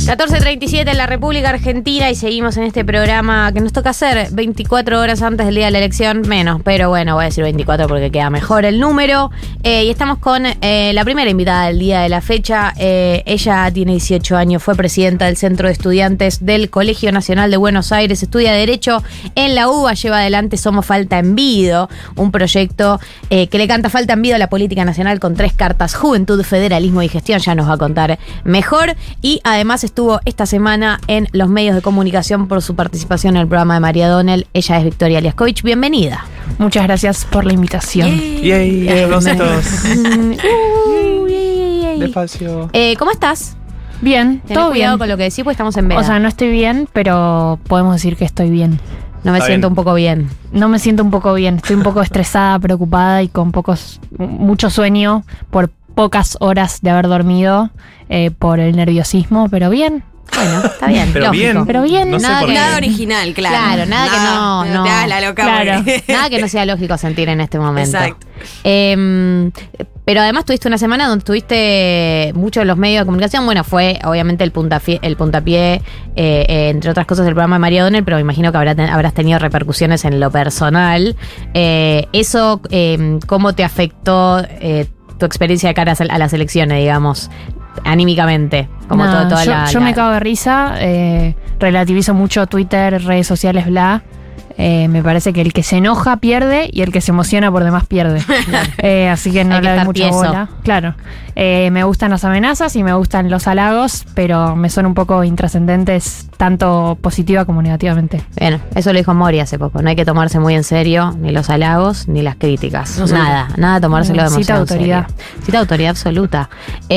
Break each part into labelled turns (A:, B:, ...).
A: 14:37 en la República Argentina y seguimos en este programa que nos toca hacer 24 horas antes del día de la elección, menos, pero bueno, voy a decir 24 porque queda mejor el número. Y estamos con la primera invitada del día de la fecha. Ella tiene 18 años, fue presidenta del Centro de Estudiantes del Colegio Nacional de Buenos Aires, estudia Derecho en la UBA, lleva adelante Somos Falta Envido, un proyecto que le canta falta envido a la política nacional con 3 cartas: juventud, federalismo y gestión. Ya nos va a contar mejor. Y además estuvo esta semana en los medios de comunicación por su participación en el programa de María Donel. Ella es Victoria Liaskovich. Bienvenida.
B: Muchas gracias por la invitación.
C: Yay, aplausitos. Despacio.
A: ¿Cómo estás?
B: Bien,
A: Tenés
B: todo
A: cuidado
B: bien.
A: con lo que decís, porque estamos en veda.
B: O sea, no estoy bien, pero podemos decir que estoy bien.
A: No me
C: Está
A: siento
C: bien.
A: un poco bien.
B: No me siento un poco bien. Estoy un poco estresada, preocupada y con mucho sueño por pocas horas de haber dormido, por el nerviosismo, pero bien.
A: Bueno, está bien.
C: Pero
A: lógico.
C: bien.
B: Pero bien.
C: No sé
A: Nada
C: por
A: que-
C: qué.
D: Nada original, claro.
A: Claro, nada que no-
D: te hagas la loca.
B: Claro.
D: porque-
A: Nada que no sea lógico sentir en este momento.
D: Exacto.
A: Pero además tuviste una semana donde tuviste mucho en los medios de comunicación. Bueno, fue obviamente el puntapié, entre otras cosas, del programa de María Donel, pero me imagino que habrás tenido repercusiones en lo personal. Eso, ¿cómo te afectó tu experiencia de cara a las elecciones, digamos, anímicamente? Como
B: Nada,
A: toda
B: yo me cago de risa, relativizo mucho Twitter, redes sociales, bla. Me parece que el que se enoja pierde y el que se emociona por demás pierde. Así que no
A: Hay que
B: le doy
A: estar
B: mucha
A: tieso.
B: bola. Claro. Me gustan las amenazas y me gustan los halagos, pero me son un poco intrascendentes, tanto positiva como negativamente.
A: Bueno, eso lo dijo Mori hace poco. No hay que tomarse muy en serio ni los halagos ni las críticas.
D: No,
A: nada tomárselo demasiado
B: Cita
A: en
B: autoridad.
A: serio. Cita autoridad absoluta.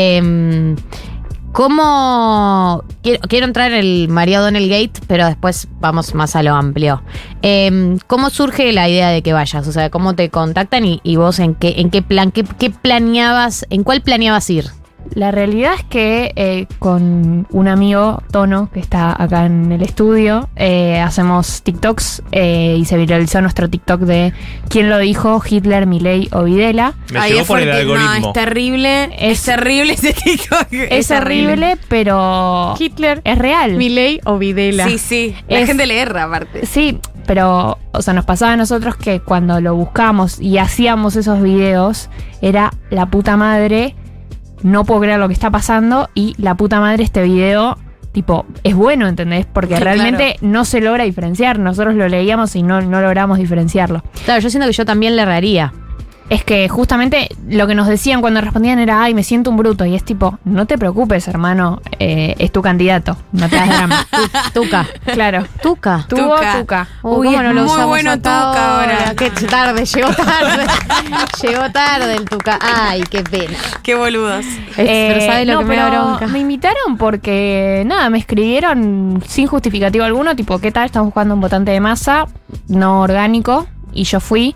A: ¿Cómo? Quiero entrar en el María Donel Gate, pero después vamos más a lo amplio. ¿Cómo surge la idea de que vayas? O sea, ¿cómo te contactan y vos en qué plan, qué planeabas, en cuál planeabas ir?
B: La realidad es que con un amigo, Tono, que está acá en el estudio, hacemos TikToks y se viralizó nuestro TikTok de ¿quién lo dijo? ¿Hitler, Milei o Videla?
C: Me
D: Ay,
C: llegó
D: es
C: por el
D: fuerte.
C: algoritmo.
D: No, es terrible. Es terrible ese TikTok.
B: Es terrible, pero
A: Hitler,
B: es real.
A: Milei o Videla.
D: Sí, sí. La
B: Es-
D: gente le erra, aparte.
B: Sí, pero, o sea, nos pasaba a nosotros que cuando lo buscamos y hacíamos esos videos, era la puta madre, no puedo creer lo que está pasando, y la puta madre, este video, tipo, es bueno, ¿entendés? Porque
D: Sí,
B: realmente no se logra diferenciar. Nosotros lo leíamos y no logramos diferenciarlo.
A: Claro, yo siento que yo también le erraría.
B: Es que justamente lo que nos decían cuando respondían era, ay, me siento un bruto. Y es tipo, no te preocupes, hermano, es tu candidato, no te das drama.
A: Tuca.
B: Claro.
A: Tuca.
B: Tuvo
D: Tuca.
B: Tuca.
D: Uy,
A: ¿cómo no
D: es
A: lo
D: muy
A: usamos
D: bueno
A: hasta
D: Tuca ahora.
A: Qué tarde, llegó tarde. Llegó tarde el Tuca. Ay, qué pena.
D: Qué boludos.
A: Pero ¿sabe lo que me da
B: pero
A: bronca?
B: me invitaron porque, nada, me escribieron sin justificativo alguno, tipo, ¿qué tal? Estamos buscando un votante de masa, no orgánico, y yo fui.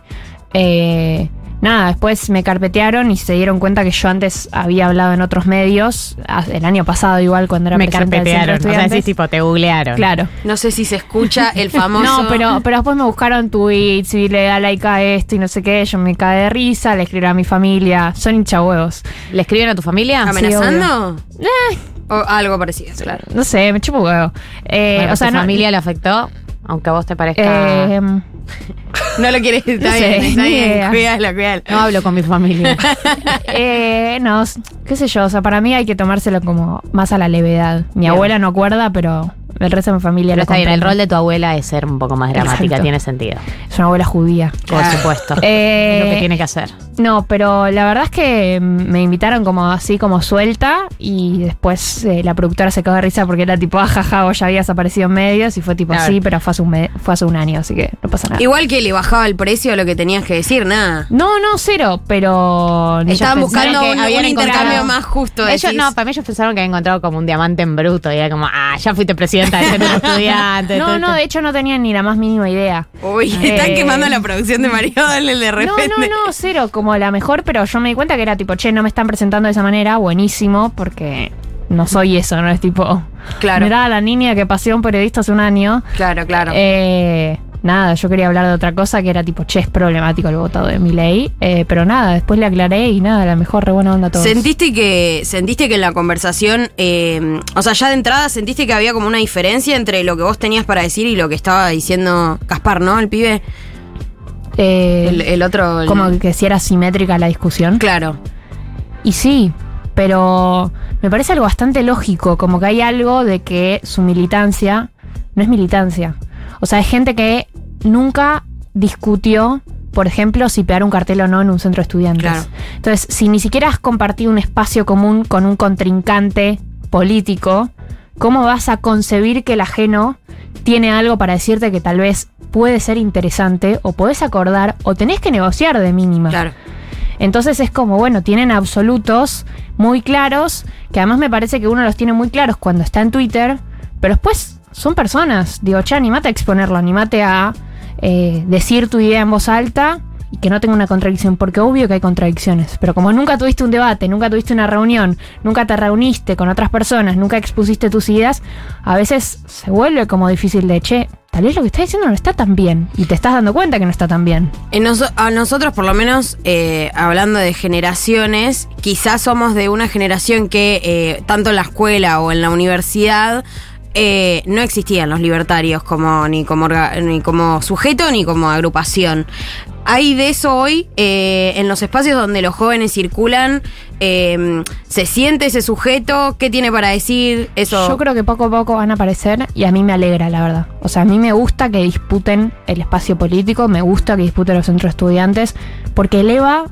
B: Nada, después me carpetearon y se dieron cuenta que yo antes había hablado en otros medios, el año pasado igual, cuando era
A: Me
B: presidenta del Centro de
A: carpetearon. O sea,
B: Estudiantes.
A: decís tipo, te googlearon.
B: Claro.
D: No sé si se escucha el famoso.
B: No, pero después me buscaron tweets y le da like a esto y no sé qué, yo me caí de risa, le escribí a mi familia, son hinchahuevos.
A: ¿Le escriben a tu familia?
D: ¿Amenazando? O algo parecido, claro.
B: No sé, me chupo huevo.
A: Bueno,
B: O sea,
A: ¿tu
B: no,
A: familia le afectó? Aunque a vos te parezca...
D: No lo quieres. Está
B: No sé,
D: bien, está
B: ni
D: bien.
B: idea.
D: Cuídalo.
A: No hablo con mi familia.
B: no, qué sé yo, o sea, para mí hay que tomárselo como más a la levedad. Mi
A: Bien.
B: abuela no acuerda, pero el resto de mi familia
A: Pero
B: lo
A: está bien, el
B: comprende.
A: rol de tu abuela es ser un poco más dramática,
B: Exacto.
A: tiene sentido.
B: Es una abuela judía.
A: Por
D: Claro.
A: supuesto. Es lo que tiene que hacer.
B: No, pero la verdad es que me invitaron como así, como suelta, y después la productora se cagó de risa porque era tipo, ajaja, vos ya habías aparecido en medios, y fue tipo,
D: Claro.
B: sí, pero fue hace un año, así que no pasa nada.
D: Igual que le bajaba el precio a lo que tenías que decir, nada.
B: No, cero, pero...
D: Estaban buscando
A: que
D: un
A: habían
D: intercambio
A: encontrado-
D: más justo.
A: Ellos,
D: decís.
A: no, para mí ellos pensaron que habían encontrado como un diamante en bruto. Y era como, ya fuiste presidenta del centro de estudiantes.
B: No, de hecho no tenían ni la más mínima idea.
D: Uy, están
B: Eh.
D: quemando la producción de María Donel de repente.
B: No, cero, como la mejor, pero yo me di cuenta que era tipo, che, no me están presentando de esa manera, buenísimo, porque no soy eso, no es tipo,
D: Claro.
B: mirá a la niña que paseó un periodista hace un año.
D: Claro.
B: nada, yo quería hablar de otra cosa que era tipo, es problemático el voto de Milei, pero nada, después le aclaré y nada, la mejor re buena onda a todos.
D: ¿Sentiste que en la conversación, o sea, ya de entrada sentiste que había como una diferencia entre lo que vos tenías para decir y lo que estaba diciendo Gaspar, ¿no? El pibe. El otro.
B: Como que si era simétrica la discusión.
D: Claro.
B: Y sí, pero me parece algo bastante lógico, como que hay algo de que su militancia no es militancia. O sea, hay gente que nunca discutió, por ejemplo, si pegar un cartel o no en un centro de estudiantes.
D: Claro.
B: Entonces, si ni siquiera has compartido un espacio común con un contrincante político, ¿cómo vas a concebir que el ajeno tiene algo para decirte que tal vez puede ser interesante, o podés acordar, o tenés que negociar de mínima?
D: Claro.
B: Entonces es como, bueno, tienen absolutos muy claros, que además me parece que uno los tiene muy claros cuando está en Twitter, pero después son personas. Digo, animate a exponerlo, animate a decir tu idea en voz alta y que no tenga una contradicción, porque obvio que hay contradicciones, pero como nunca tuviste un debate, nunca tuviste una reunión, nunca te reuniste con otras personas, nunca expusiste tus ideas, a veces se vuelve como difícil de, tal vez lo que estás diciendo no está tan bien y te estás dando cuenta que no está tan bien.
D: A nosotros, por lo menos, hablando de generaciones, quizás somos de una generación que tanto en la escuela o en la universidad no existían los libertarios ni como sujeto ni como agrupación. Hay de eso hoy en los espacios donde los jóvenes circulan. ¿Se siente ese sujeto? ¿Qué tiene para decir eso?
B: Yo creo que poco a poco van a aparecer y a mí me alegra, la verdad. O sea, a mí me gusta que disputen el espacio político, me gusta que disputen los centros de estudiantes, porque eleva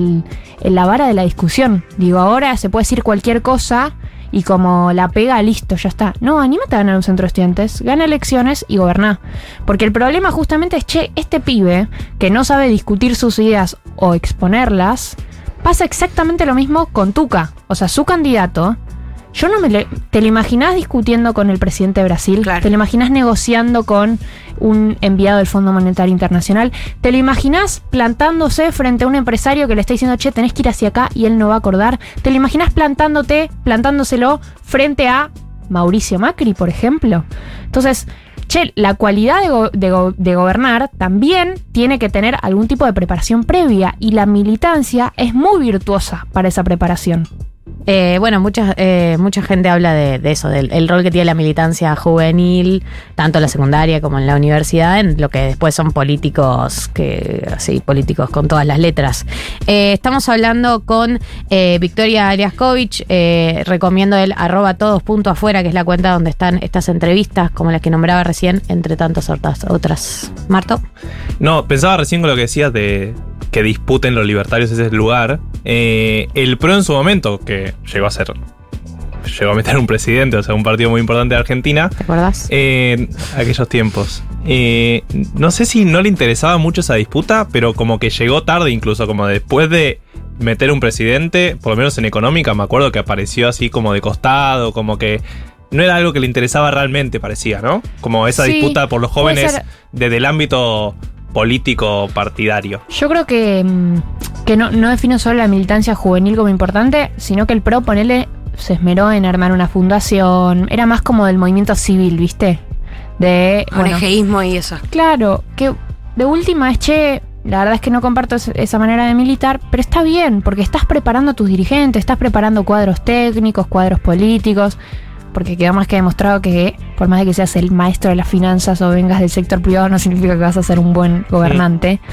B: la vara de la discusión. Digo, ahora se puede decir cualquier cosa y como la pega, listo, ya está. No, anímate a ganar un centro de estudiantes, gana elecciones y goberná. Porque el problema justamente es, este pibe que no sabe discutir sus ideas o exponerlas, pasa exactamente lo mismo con Tuca. O sea, su candidato, ¿te lo imaginás discutiendo con el presidente de Brasil?
D: Claro.
B: ¿Te lo imaginás negociando con un enviado del Fondo Monetario Internacional? ¿Te lo imaginás plantándose frente a un empresario que le está diciendo, tenés que ir hacia acá y él no va a acordar? ¿Te lo imaginás plantándoselo frente a Mauricio Macri, por ejemplo? Entonces, la cualidad de gobernar también tiene que tener algún tipo de preparación previa, y la militancia es muy virtuosa para esa preparación.
A: Bueno, mucha gente habla de eso, del rol que tiene la militancia juvenil, tanto en la secundaria como en la universidad, en lo que después son políticos, políticos con todas las letras. Estamos hablando con Victoria Aliaskovich, recomiendo el @todos.afuera, que es la cuenta donde están estas entrevistas, como las que nombraba recién, entre tantas otras. ¿Marto?
C: No, pensaba recién con lo que decías de que disputen los libertarios ese lugar. El PRO en su momento, que llegó a meter un presidente, o sea, un partido muy importante de Argentina.
A: ¿Te acuerdas?
C: Aquellos tiempos. No sé si no le interesaba mucho esa disputa, pero como que llegó tarde, incluso como después de meter un presidente, por lo menos en económica, me acuerdo que apareció así como de costado, como que no era algo que le interesaba realmente, parecía, ¿no? Como esa disputa por los jóvenes desde el ámbito político partidario.
B: Yo creo que no defino solo la militancia juvenil como importante, sino que el PRO, se esmeró en armar una fundación. Era más como del movimiento civil, ¿viste? De
D: ONGismo y eso.
B: Claro, que de última es, la verdad es que no comparto esa manera de militar, pero está bien, porque estás preparando a tus dirigentes, estás preparando cuadros técnicos, cuadros políticos, porque quedó más que demostrado que por más de que seas el maestro de las finanzas o vengas del sector privado, no significa que vas a ser un buen gobernante.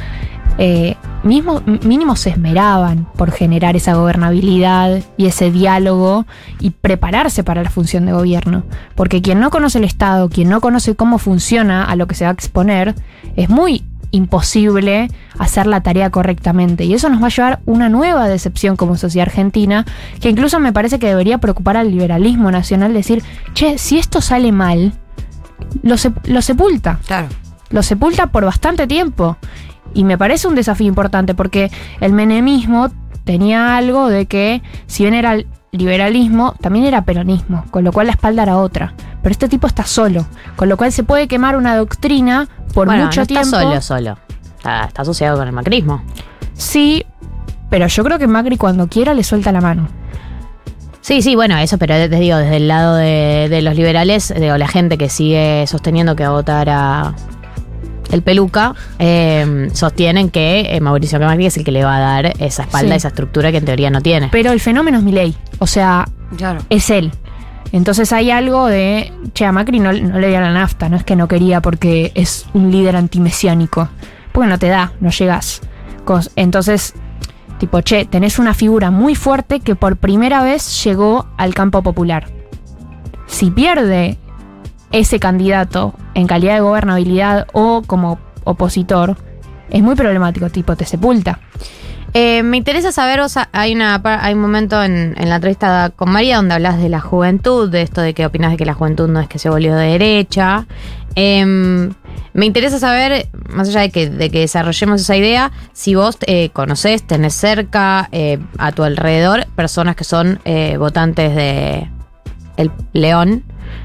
B: Mínimo se esmeraban por generar esa gobernabilidad y ese diálogo y prepararse para la función de gobierno, porque quien no conoce el Estado, quien no conoce cómo funciona a lo que se va a exponer, es muy imposible hacer la tarea correctamente, y eso nos va a llevar una nueva decepción como sociedad argentina, que incluso me parece que debería preocupar al liberalismo nacional, decir, si esto sale mal, lo sepulta.
D: Claro.
B: Lo sepulta por bastante tiempo, y me parece un desafío importante, porque el menemismo tenía algo de que, si bien era liberalismo, también era peronismo, con lo cual la espalda era otra. Pero este tipo está solo, con lo cual se puede quemar una doctrina por mucho tiempo.
A: No está solo. Está asociado con el macrismo.
B: Sí, pero yo creo que Macri cuando quiera le suelta la mano.
A: Sí, bueno, eso, pero te digo, desde el lado de los liberales, la gente que sigue sosteniendo que va a votar a el peluca, sostienen que Mauricio Macri es el que le va a dar esa espalda, esa estructura que en teoría no tiene.
B: Pero el fenómeno es Milei, o sea,
D: Claro.
B: es él. Entonces hay algo de, a Macri no le dio la nafta, no es que no quería porque es un líder antimesiánico, porque no te da, no llegas. Entonces, tipo, tenés una figura muy fuerte que por primera vez llegó al campo popular. Si pierde ese candidato en calidad de gobernabilidad o como opositor, es muy problemático, tipo, te sepulta.
A: Me interesa saber, hay un momento en la entrevista con María donde hablas de la juventud, de esto de que opinás de que la juventud no es que se volvió de derecha. Me interesa saber, más allá de que desarrollemos esa idea, si vos conocés, tenés cerca, a tu alrededor, personas que son votantes de El León,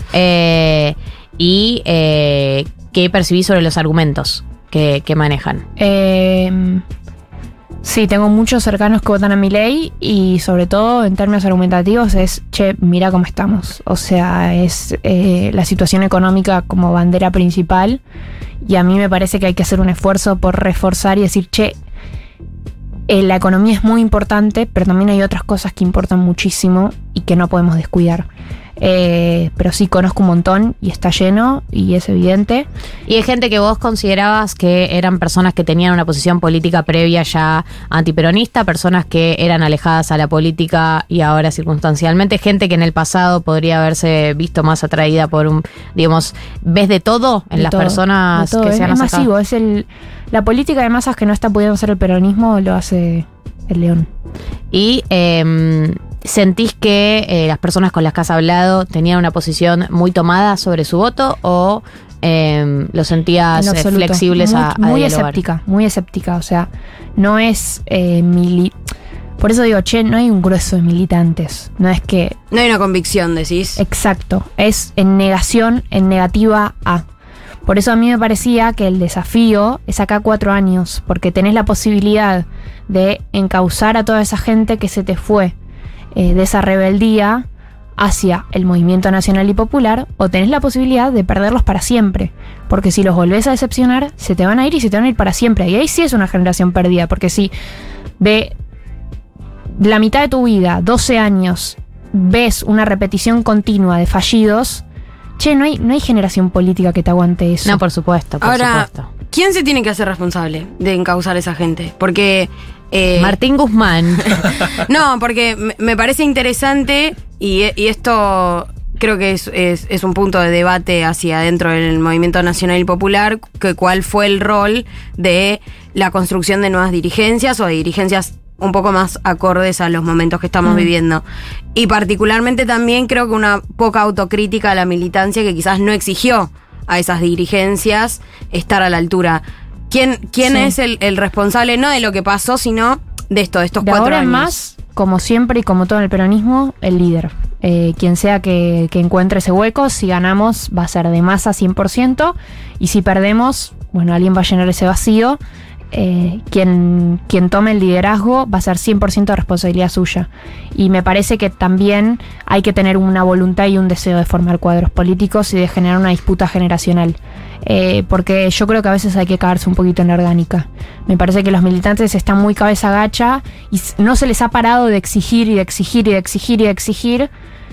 A: y qué percibís sobre los argumentos que manejan.
B: Sí, tengo muchos cercanos que votan a Milei y sobre todo en términos argumentativos es, mira cómo estamos. O sea, es la situación económica como bandera principal y a mí me parece que hay que hacer un esfuerzo por reforzar y decir, la economía es muy importante, pero también hay otras cosas que importan muchísimo y que no podemos descuidar. Pero sí conozco un montón y está lleno y es evidente.
A: Y hay gente que vos considerabas que eran personas que tenían una posición política previa ya antiperonista, personas que eran alejadas a la política y ahora circunstancialmente, gente que en el pasado podría haberse visto más atraída por digamos, ¿ves de todo en las personas que se han acercado?
B: Es masivo, la política de masas que no está pudiendo hacer el peronismo lo hace el León.
A: Y ¿sentís que las personas con las que has hablado tenían una posición muy tomada sobre su voto o lo sentías flexibles a dialogar?
B: Muy escéptica, o sea, no es por eso digo, no hay un grueso de militantes, no es que...
D: No hay una convicción, decís.
B: Exacto, es en negación, en negativa a. Por eso a mí me parecía que el desafío es acá 4 años, porque tenés la posibilidad de encauzar a toda esa gente que se te fue de esa rebeldía hacia el movimiento nacional y popular, o tenés la posibilidad de perderlos para siempre, porque si los volvés a decepcionar, se te van a ir y se te van a ir para siempre, y ahí sí es una generación perdida, porque si de la mitad de tu vida, 12 años, ves una repetición continua de fallidos, no hay generación política que te aguante eso.
A: No, por supuesto.
D: Ahora, ¿quién se tiene que hacer responsable de encauzar a esa gente? Porque...
A: Martín Guzmán.
D: No, porque me parece interesante y esto creo que es un punto de debate hacia adentro del movimiento nacional y popular, que cuál fue el rol de la construcción de nuevas dirigencias o de dirigencias un poco más acordes a los momentos que estamos viviendo. Y particularmente también creo que una poca autocrítica a la militancia que quizás no exigió a esas dirigencias estar a la altura. ¿Quién es el responsable, no de lo que pasó, sino de estos 4 años?
B: Ahora en más, como siempre y como todo en el peronismo, el líder. Quien sea que encuentre ese hueco, si ganamos va a ser de masa 100%, y si perdemos, bueno, alguien va a llenar ese vacío. Quien tome el liderazgo va a ser 100% de responsabilidad suya. Y me parece que también hay que tener una voluntad y un deseo de formar cuadros políticos y de generar una disputa generacional. Porque yo creo que a veces hay que caerse un poquito en la orgánica. Me parece que los militantes están muy cabeza gacha y no se les ha parado de exigir y de exigir y de exigir y de exigir.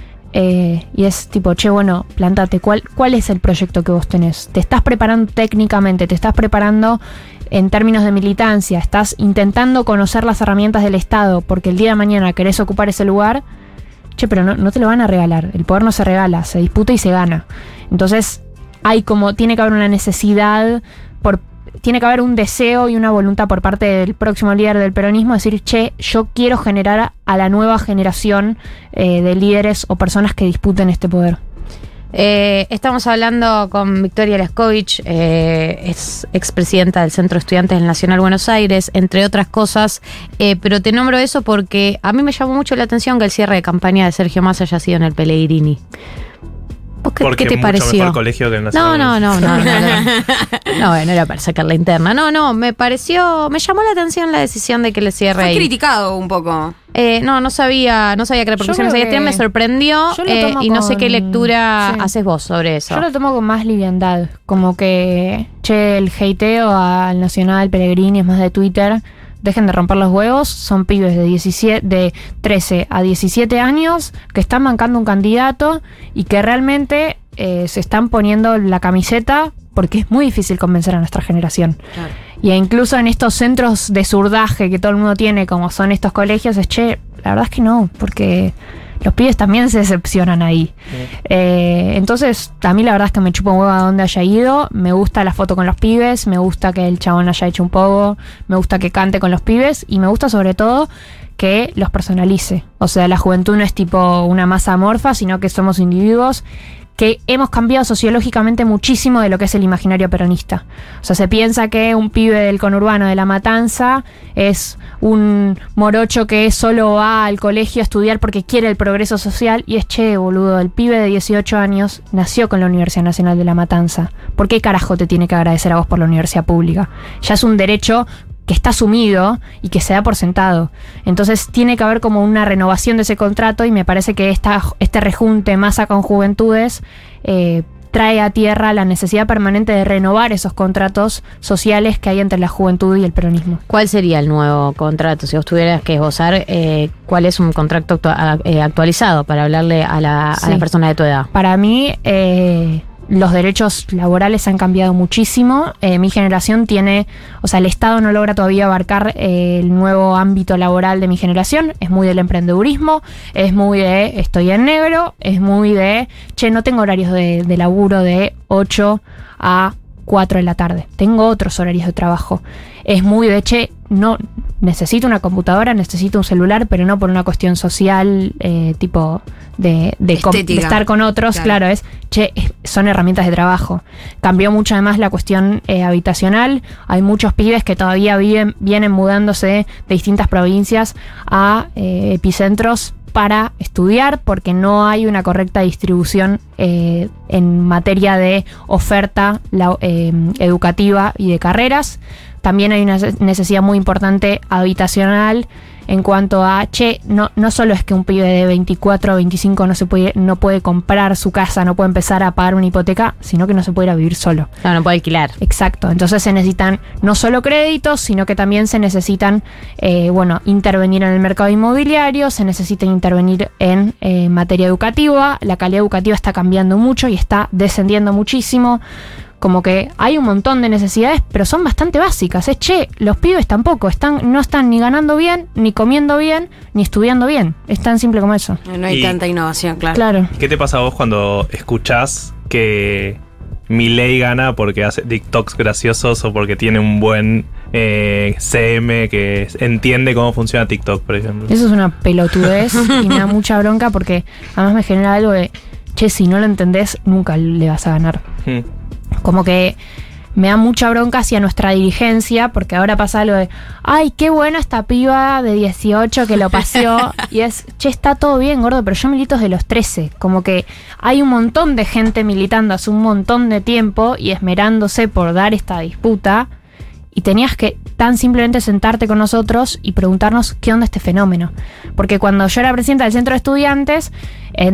B: Y es tipo, bueno, plántate, ¿cuál es el proyecto que vos tenés? ¿Te estás preparando técnicamente? ¿Te estás preparando en términos de militancia? ¿Estás intentando conocer las herramientas del Estado porque el día de mañana querés ocupar ese lugar? Pero no te lo van a regalar. El poder no se regala, se disputa y se gana. Entonces tiene que haber una necesidad, tiene que haber un deseo y una voluntad por parte del próximo líder del peronismo de decir, yo quiero generar a la nueva generación de líderes o personas que disputen este poder.
A: Estamos hablando con Victoria Lascovich, es expresidenta del Centro de Estudiantes del Nacional Buenos Aires, entre otras cosas, pero te nombro eso porque a mí me llamó mucho la atención que el cierre de campaña de Sergio Massa haya sido en el Pellegrini.
C: Porque
A: ¿Qué te
C: es mucho
A: pareció?
C: mejor colegio que el
A: No,
C: Nacional.
A: no, bueno, era para sacarle la interna. No, me llamó la atención la decisión de que le cierre
D: Fue
A: ahí.
D: criticado un poco.
A: No sabía qué repercusiones
B: creo
A: había tenido,
B: que
A: me sorprendió
B: yo lo tomo
A: y no sé qué
B: con-
A: lectura
B: sí.
A: haces vos sobre eso.
B: Yo lo tomo con más liviandad, como que, el hateo al Nacional, Pellegrini, es más de Twitter, dejen de romper los huevos, son pibes de 13 a 17 años que están bancando un candidato y que realmente se están poniendo la camiseta porque es muy difícil convencer a nuestra generación.
D: Claro.
B: Y incluso en estos centros de surdaje que todo el mundo tiene, como son estos colegios, la verdad es que no, porque los pibes también se decepcionan ahí. Entonces, a mí la verdad es que me chupa un huevo a dónde haya ido. Me gusta la foto con los pibes, me gusta que el chabón haya hecho un poco, me gusta que cante con los pibes y me gusta sobre todo que los personalice. O sea, la juventud no es tipo una masa amorfa, sino que somos individuos que hemos cambiado sociológicamente muchísimo de lo que es el imaginario peronista. O sea, se piensa que un pibe del conurbano de La Matanza es un morocho que solo va al colegio a estudiar porque quiere el progreso social y es boludo, el pibe de 18 años nació con la Universidad Nacional de La Matanza. ¿Por qué carajo te tiene que agradecer a vos por la universidad pública? Ya es un derecho que está asumido y que se da por sentado. Entonces tiene que haber como una renovación de ese contrato y me parece que este rejunte masa con juventudes trae a tierra la necesidad permanente de renovar esos contratos sociales que hay entre la juventud y el peronismo.
A: ¿Cuál sería el nuevo contrato? Si vos tuvieras que esbozar, ¿cuál es un contrato actualizado para hablarle a las personas de tu edad?
B: Para mí, los derechos laborales han cambiado muchísimo. Mi generación el Estado no logra todavía abarcar el nuevo ámbito laboral de mi generación. Es muy del emprendedurismo, es muy de estoy en negro, es muy de no tengo horarios de laburo de 8 a 4 de la tarde. Tengo otros horarios de trabajo. Es muy de no necesito una computadora, necesito un celular, pero no por una cuestión social, tipo de estar con otros. Claro, son herramientas de trabajo. Cambió mucho además la cuestión habitacional. Hay muchos pibes que todavía vienen mudándose de distintas provincias a epicentros para estudiar porque no hay una correcta distribución en materia de oferta educativa y de carreras. También hay una necesidad muy importante habitacional en cuanto a, no solo es que un pibe de 24 o 25 no puede comprar su casa, no puede empezar a pagar una hipoteca, sino que no se puede ir a vivir solo.
A: No puede alquilar.
B: Exacto, entonces se necesitan no solo créditos, sino que también se necesitan, intervenir en el mercado inmobiliario, se necesita intervenir en materia educativa. La calidad educativa está cambiando mucho y está descendiendo muchísimo. Como que hay un montón de necesidades, pero son bastante básicas. Los pibes tampoco no están ni ganando bien, ni comiendo bien, ni estudiando bien. Es tan simple como eso.
D: No hay tanta innovación, claro.
B: Claro.
C: ¿Qué te pasa a vos cuando escuchás que Milei gana porque hace TikToks graciosos o porque tiene un buen CM que entiende cómo funciona TikTok, por ejemplo?
B: Eso es una pelotudez y me da mucha bronca porque además me genera algo de, si no lo entendés, nunca le vas a ganar. Como que me da mucha bronca hacia nuestra dirigencia, porque ahora pasa algo de, ay, qué buena esta piba de 18 que lo paseó, y está todo bien, gordo, pero yo milito desde los 13, como que hay un montón de gente militando hace un montón de tiempo y esmerándose por dar esta disputa, y tenías que tan simplemente sentarte con nosotros y preguntarnos qué onda este fenómeno, porque cuando yo era presidenta del Centro de Estudiantes, en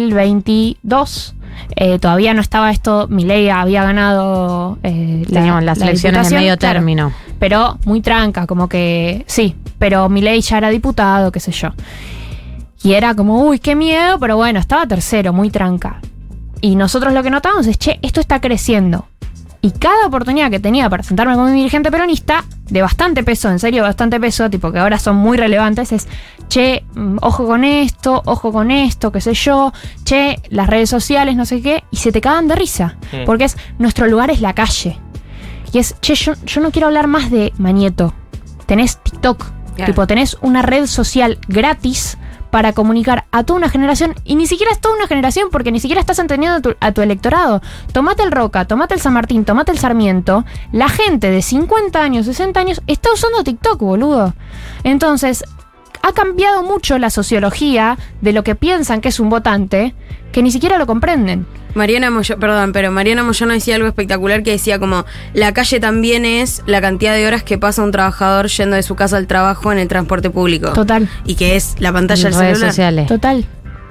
B: 2022, todavía no estaba esto, Milei había ganado
A: teníamos las elecciones de medio término,
B: pero muy tranca, como que sí, pero Milei ya era diputado, qué sé yo, y era como, uy, qué miedo, pero bueno, estaba tercero, muy tranca, y nosotros lo que notamos es, esto está creciendo, y cada oportunidad que tenía para sentarme con un dirigente peronista de bastante peso, en serio bastante peso, tipo que ahora son muy relevantes, es ojo con esto, qué sé yo, las redes sociales, no sé qué, y se te cagan de risa, porque nuestro lugar es la calle, y yo no quiero hablar más de Mañeto, tenés TikTok, tipo tenés una red social gratis para comunicar a toda una generación, y ni siquiera es toda una generación, porque ni siquiera estás entendiendo a tu electorado. Tomate el Roca, tomate el San Martín, tomate el Sarmiento, la gente de 50 años, 60 años está usando TikTok, boludo. Entonces, ha cambiado mucho la sociología de lo que piensan que es un votante, que ni siquiera lo comprenden.
D: Mariana Moyano decía algo espectacular que decía como, la calle también es la cantidad de horas que pasa un trabajador yendo de su casa al trabajo en el transporte público.
B: Total.
D: Y que es la pantalla del
A: redes
D: celular.
A: sociales.
B: Total.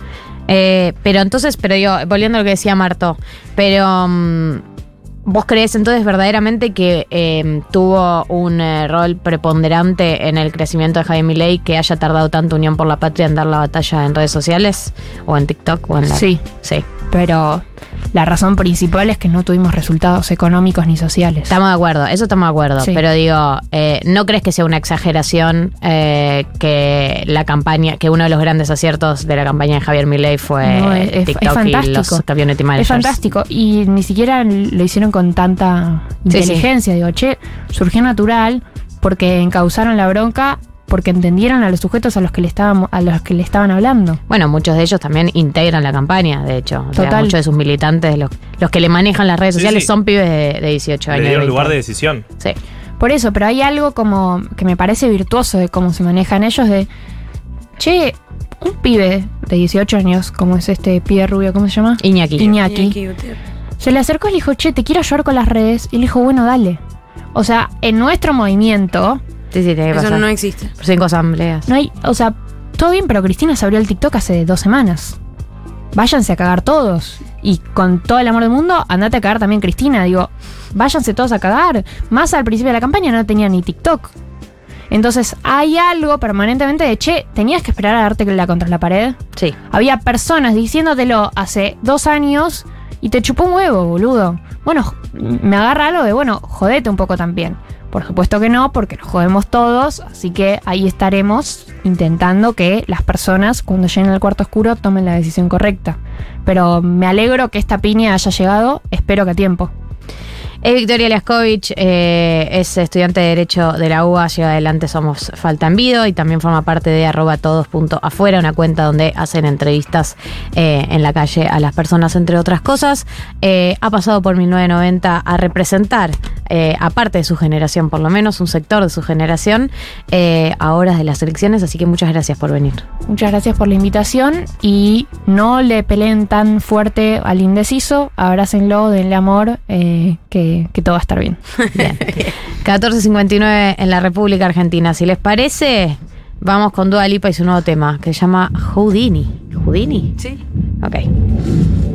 A: Pero yo, volviendo a lo que decía Marto, ¿vos crees entonces verdaderamente que tuvo un rol preponderante en el crecimiento de Javier Milei que haya tardado tanto Unión por la Patria en dar la batalla en redes sociales? ¿O en TikTok? O en la...
B: Sí.
A: Sí.
B: Pero la razón principal es que no tuvimos resultados económicos ni sociales.
A: Estamos de acuerdo, eso estamos de acuerdo.
B: Sí.
A: Pero digo, ¿no crees que sea una exageración que la campaña, que uno de los grandes aciertos de la campaña de Javier Milei fue
B: No, es
A: TikTok
B: fantástico.
A: y los community managers?
B: Es fantástico. Y ni siquiera lo hicieron con tanta inteligencia. Digo, surgió natural porque encauzaron la bronca, porque entendieron a los sujetos a los que le estaban hablando.
A: Bueno, muchos de ellos también integran la campaña, de hecho. O sea,
B: Total.
A: muchos de sus militantes, los que le manejan las redes
C: Sí,
A: sociales,
C: sí.
A: son pibes de 18 años.
C: Le dieron
A: 20.
C: lugar de decisión.
A: Sí.
B: Por eso, pero hay algo como que me parece virtuoso de cómo se manejan ellos de, un pibe de 18 años, como es este pibe rubio, ¿cómo se llama?
A: Iñaki.
B: Se le acercó y le dijo, te quiero ayudar con las redes. Y le dijo, bueno, dale. O sea, en nuestro movimiento
A: Sí, tiene que
D: Eso
A: pasar.
D: no existe.
A: Por 5 asambleas.
B: no hay, o sea, todo bien, pero Cristina se abrió el TikTok hace 2 semanas. Váyanse a cagar todos. Y con todo el amor del mundo, andate a cagar también Cristina. Digo, váyanse todos a cagar. Más al principio de la campaña no tenía ni TikTok. Entonces hay algo permanentemente de, tenías que esperar a dártela contra la pared.
A: Sí.
B: Había personas diciéndotelo hace 2 años y te chupó un huevo, boludo. Bueno, me agarra algo de, jodete un poco también. Por supuesto que no, porque nos jodemos todos, así que ahí estaremos intentando que las personas, cuando lleguen al cuarto oscuro, tomen la decisión correcta. Pero me alegro que esta piña haya llegado, espero que a tiempo.
A: Victoria Liaskovich es estudiante de Derecho de la UBA, lleva adelante Somos Falta en Vido y también forma parte de @todos.afuera, una cuenta donde hacen entrevistas en la calle a las personas, entre otras cosas. Ha pasado por 1990 a representar, aparte de su generación, por lo menos un sector de su generación, a horas de las elecciones, así que muchas gracias por venir.
B: Muchas gracias por la invitación y no le peleen tan fuerte al indeciso, abrácenlo, denle amor, que todo va a estar bien.
A: Bien. 14:59 en la República Argentina. Si les parece, vamos con Dua Lipa y su nuevo tema, que se llama Houdini. ¿Houdini?
D: Sí.
A: Ok.